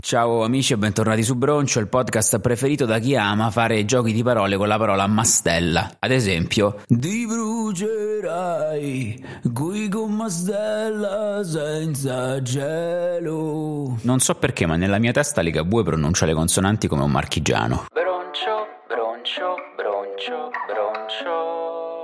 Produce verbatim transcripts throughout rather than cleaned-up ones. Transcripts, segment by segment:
Ciao amici e bentornati su Broncio, il podcast preferito da chi ama fare giochi di parole con la parola mastella. Ad esempio, ti brucerai qui con mastella senza gelo. Non so perché, ma nella mia testa Ligabue pronuncia le consonanti come un marchigiano. Broncio, broncio, broncio, broncio.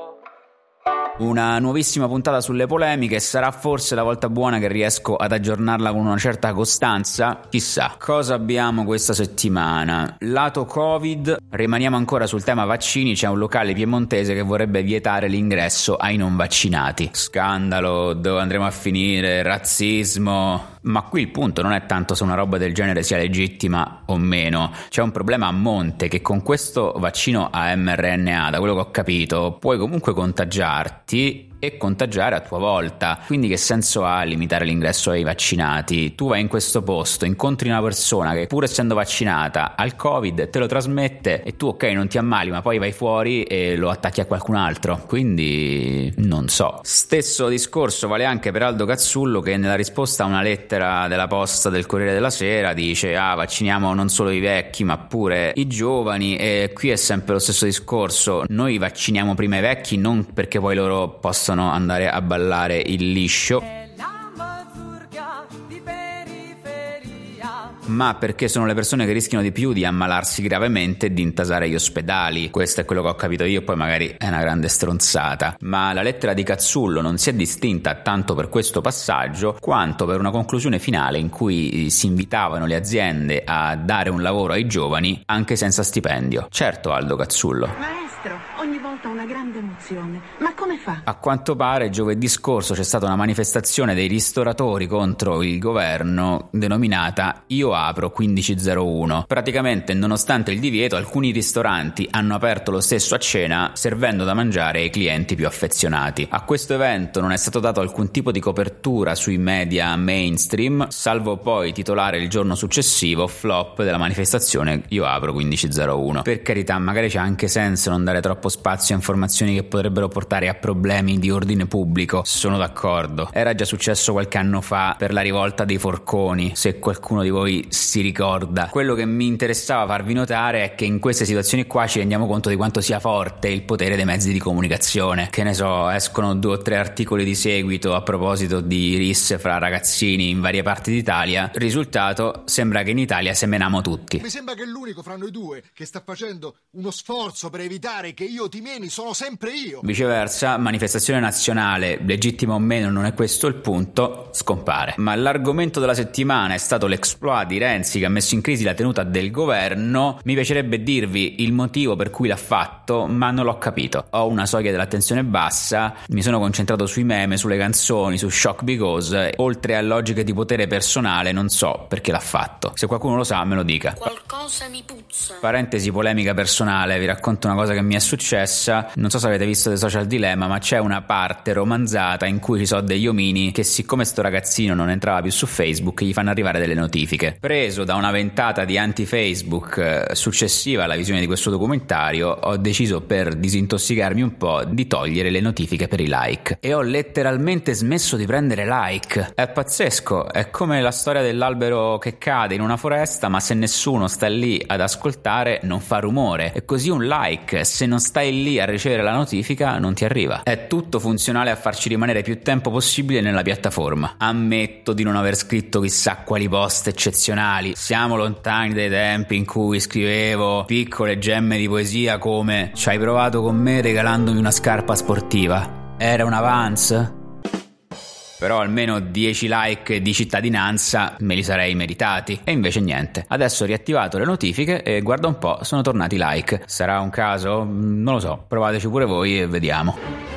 Una nuovissima puntata sulle polemiche, sarà forse la volta buona che riesco ad aggiornarla con una certa costanza? Chissà. Cosa abbiamo questa settimana? Lato Covid, rimaniamo ancora sul tema vaccini, c'è un locale piemontese che vorrebbe vietare l'ingresso ai non vaccinati. Scandalo, dove andremo a finire? Razzismo. Ma qui il punto non è tanto se una roba del genere sia legittima o meno, c'è un problema a monte che con questo vaccino a mRNA, da quello che ho capito, puoi comunque contagiarti e contagiare a tua volta. Quindi che senso ha limitare l'ingresso ai vaccinati? Tu vai in questo posto, incontri una persona che pur essendo vaccinata ha il Covid, te lo trasmette e tu ok non ti ammali, ma poi vai fuori e lo attacchi a qualcun altro. Quindi non so. Stesso discorso vale anche per Aldo Cazzullo, che nella risposta a una lettera della Posta del Corriere della Sera dice ah vacciniamo non solo i vecchi ma pure i giovani, e qui è sempre lo stesso discorso. Noi vacciniamo prima i vecchi non perché poi loro possono andare a ballare il liscio, ma perché sono le persone che rischiano di più di ammalarsi gravemente e di intasare gli ospedali. Questo è quello che ho capito io, poi magari è una grande stronzata. Ma la lettera di Cazzullo non si è distinta tanto per questo passaggio quanto per una conclusione finale in cui si invitavano le aziende a dare un lavoro ai giovani anche senza stipendio. Certo, Aldo Cazzullo. Maestro, ogni volta una grande emozione. Ma come fa? A quanto pare giovedì scorso c'è stata una manifestazione dei ristoratori contro il governo denominata Io apro quindici zero uno. Praticamente, nonostante il divieto, alcuni ristoranti hanno aperto lo stesso a cena, servendo da mangiare ai clienti più affezionati. A questo evento non è stato dato alcun tipo di copertura sui media mainstream, salvo poi titolare il giorno successivo flop della manifestazione Io apro quindici zero uno. Per carità, magari c'è anche senso non dare troppo spazio a informazioni che potrebbero portare a problemi di ordine pubblico, sono d'accordo. Era già successo qualche anno fa per la rivolta dei forconi, se qualcuno di voi si ricorda. Quello che mi interessava farvi notare è che in queste situazioni qua ci rendiamo conto di quanto sia forte il potere dei mezzi di comunicazione. Che ne so, escono due o tre articoli di seguito a proposito di risse fra ragazzini in varie parti d'Italia. Risultato, sembra che in Italia semeniamo tutti. Mi sembra che l'unico fra noi due che sta facendo uno sforzo per evitare che io ti meni sono sempre io. Viceversa, manifestazione nazionale, legittima o meno non è questo il punto, scompare. Ma l'argomento della settimana è stato l'exploit di Renzi che ha messo in crisi la tenuta del governo. Mi piacerebbe dirvi il motivo per cui l'ha fatto, ma non l'ho capito. Ho una soglia dell'attenzione bassa, mi sono concentrato sui meme, sulle canzoni, su Shock Because, oltre a logiche di potere personale non so perché l'ha fatto. Se qualcuno lo sa me lo dica. Qualcosa mi puzza. Parentesi polemica personale, vi racconto una cosa che mi è successa. Non so se avete visto The Social Dilemma, ma c'è una parte romanzata in cui ci sono degli omini che, siccome sto ragazzino non entrava più su Facebook, gli fanno arrivare delle notifiche. Preso da una ventata di anti-Facebook eh, successiva alla visione di questo documentario, ho deciso, per disintossicarmi un po', di togliere le notifiche per i like, e ho letteralmente smesso di prendere like. È pazzesco, è come la storia dell'albero che cade in una foresta, ma se nessuno sta lì ad ascoltare non fa rumore, e così un like, se non stai lì a ricevere la notifica, non ti arriva. È tutto funzionale a farci rimanere più tempo possibile nella piattaforma. Ammetto di non aver scritto chissà quali post eccezionali, siamo lontani dai tempi in cui scrivevo piccole gemme di poesia come "ci hai provato con me regalandomi una scarpa sportiva, era un Vans?" Però almeno dieci like di cittadinanza me li sarei meritati, e invece niente. Adesso ho riattivato le notifiche e guarda un po', sono tornati i like. Sarà un caso? Non lo so, provateci pure voi e vediamo.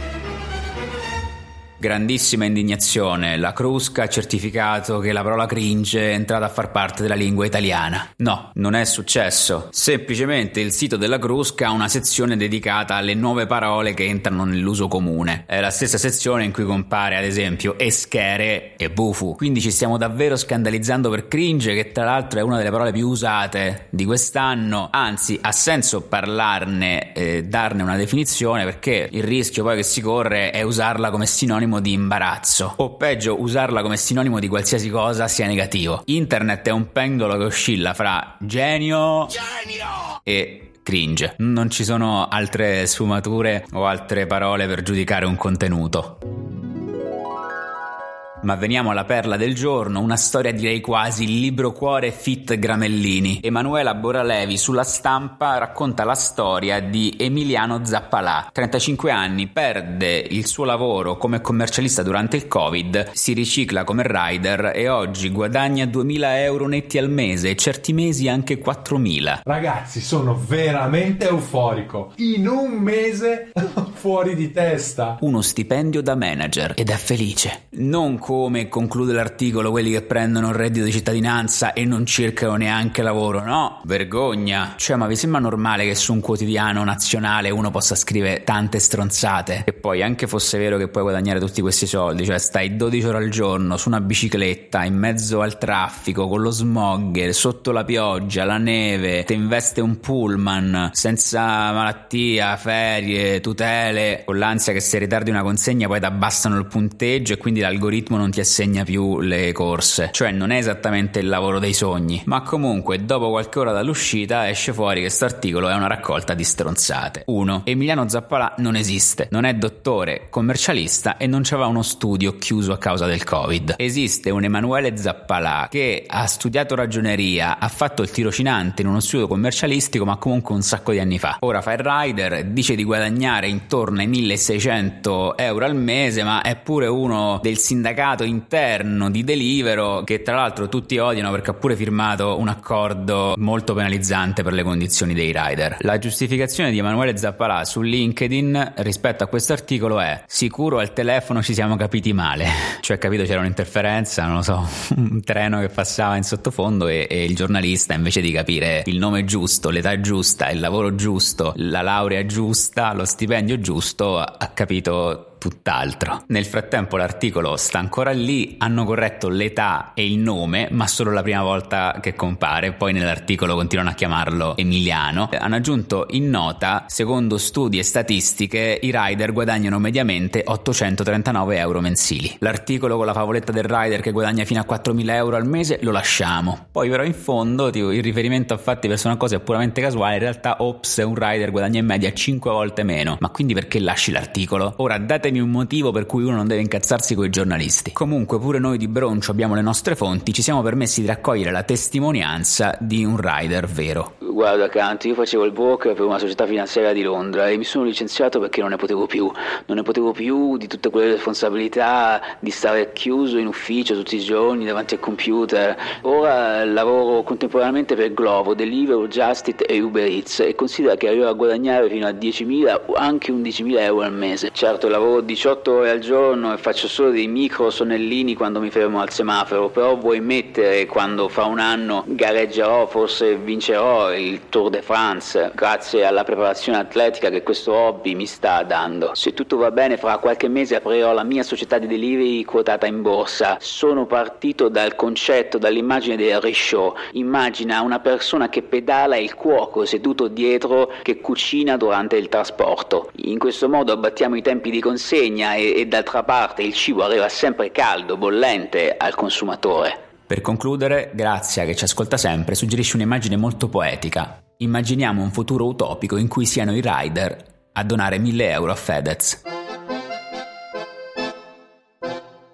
Grandissima indignazione, la Crusca ha certificato che la parola cringe è entrata a far parte della lingua italiana. No, non è successo. Semplicemente il sito della Crusca ha una sezione dedicata alle nuove parole che entrano nell'uso comune. È la stessa sezione in cui compare ad esempio eschere e bufu. Quindi ci stiamo davvero scandalizzando per cringe, che tra l'altro è una delle parole più usate di quest'anno. Anzi, ha senso parlarne e darne una definizione, perché il rischio poi che si corre è usarla come sinonimo sinonimo di imbarazzo, o peggio usarla come sinonimo di qualsiasi cosa sia negativo. Internet è un pendolo che oscilla fra genio, genio! e cringe. Non ci sono altre sfumature o altre parole per giudicare un contenuto. Ma veniamo alla perla del giorno, una storia direi quasi libro cuore fit Gramellini. Emanuela Boralevi sulla Stampa racconta la storia di Emiliano Zappalà, trentacinque anni, perde il suo lavoro come commercialista durante il Covid, si ricicla come rider e oggi guadagna duemila euro netti al mese e certi mesi anche quattromila. Ragazzi, sono veramente euforico, in un mese fuori di testa. Uno stipendio da manager ed è felice. Non come conclude l'articolo quelli che prendono il reddito di cittadinanza e non cercano neanche lavoro, no, vergogna. Cioè, ma vi sembra normale che su un quotidiano nazionale uno possa scrivere tante stronzate? E poi anche fosse vero che puoi guadagnare tutti questi soldi, cioè stai dodici ore al giorno su una bicicletta in mezzo al traffico con lo smog, sotto la pioggia, la neve, ti investe un pullman senza malattia, ferie, tutele, con l'ansia che se ritardi una consegna poi ti abbassano il punteggio e quindi l'algoritmo non ti assegna più le corse. Cioè non è esattamente il lavoro dei sogni, ma comunque dopo qualche ora dall'uscita esce fuori che questo articolo è una raccolta di stronzate. uno. Emiliano Zappalà non esiste, non è dottore, commercialista e non c'aveva uno studio chiuso a causa del Covid. Esiste un Emanuele Zappalà che ha studiato ragioneria, ha fatto il tirocinante in uno studio commercialistico ma comunque un sacco di anni fa. Ora fa il rider, dice di guadagnare intorno ai milleseicento euro al mese, ma è pure uno del sindacato interno di Deliveroo che tra l'altro tutti odiano perché ha pure firmato un accordo molto penalizzante per le condizioni dei rider. La giustificazione di Emanuele Zappalà su LinkedIn rispetto a questo articolo è: sicuro al telefono ci siamo capiti male. Cioè, capito, c'era un'interferenza, non lo so, un treno che passava in sottofondo e, e il giornalista, invece di capire il nome giusto, l'età giusta, il lavoro giusto, la laurea giusta, lo stipendio giusto, ha capito tutt'altro. Nel frattempo l'articolo sta ancora lì, hanno corretto l'età e il nome, ma solo la prima volta che compare, poi nell'articolo continuano a chiamarlo Emiliano. Hanno aggiunto in nota: secondo studi e statistiche i rider guadagnano mediamente ottocentotrentanove euro mensili. L'articolo con la favoletta del rider che guadagna fino a quattromila euro al mese lo lasciamo. Poi però in fondo tipo, il riferimento a fatti verso una cosa è puramente casuale, in realtà ops, un rider guadagna in media cinque volte meno. Ma quindi perché lasci l'articolo? Ora date un motivo per cui uno non deve incazzarsi coi giornalisti. Comunque pure noi di Broncio abbiamo le nostre fonti, ci siamo permessi di raccogliere la testimonianza di un rider vero. Guarda Canto, io facevo il broker per una società finanziaria di Londra e mi sono licenziato perché non ne potevo più, non ne potevo più di tutte quelle responsabilità di stare chiuso in ufficio tutti i giorni davanti al computer. Ora lavoro contemporaneamente per Glovo, Deliveroo, Just Eat e Uber Eats e considera che arrivo a guadagnare fino a diecimila o anche undicimila euro al mese. Certo, lavoro diciotto ore al giorno e faccio solo dei micro sonnellini quando mi fermo al semaforo, però vuoi mettere quando fra un anno gareggerò, forse vincerò il Tour de France grazie alla preparazione atletica che questo hobby mi sta dando. Se tutto va bene, fra qualche mese aprirò la mia società di delivery quotata in borsa. Sono partito dal concetto, dall'immagine del risciò. Immagina una persona che pedala e il cuoco seduto dietro che cucina durante il trasporto. In questo modo abbattiamo i tempi di consegna e, e d'altra parte il cibo arriva sempre caldo, bollente al consumatore. Per concludere, Grazia, che ci ascolta sempre, suggerisce un'immagine molto poetica. Immaginiamo un futuro utopico in cui siano i rider a donare mille euro a Fedez.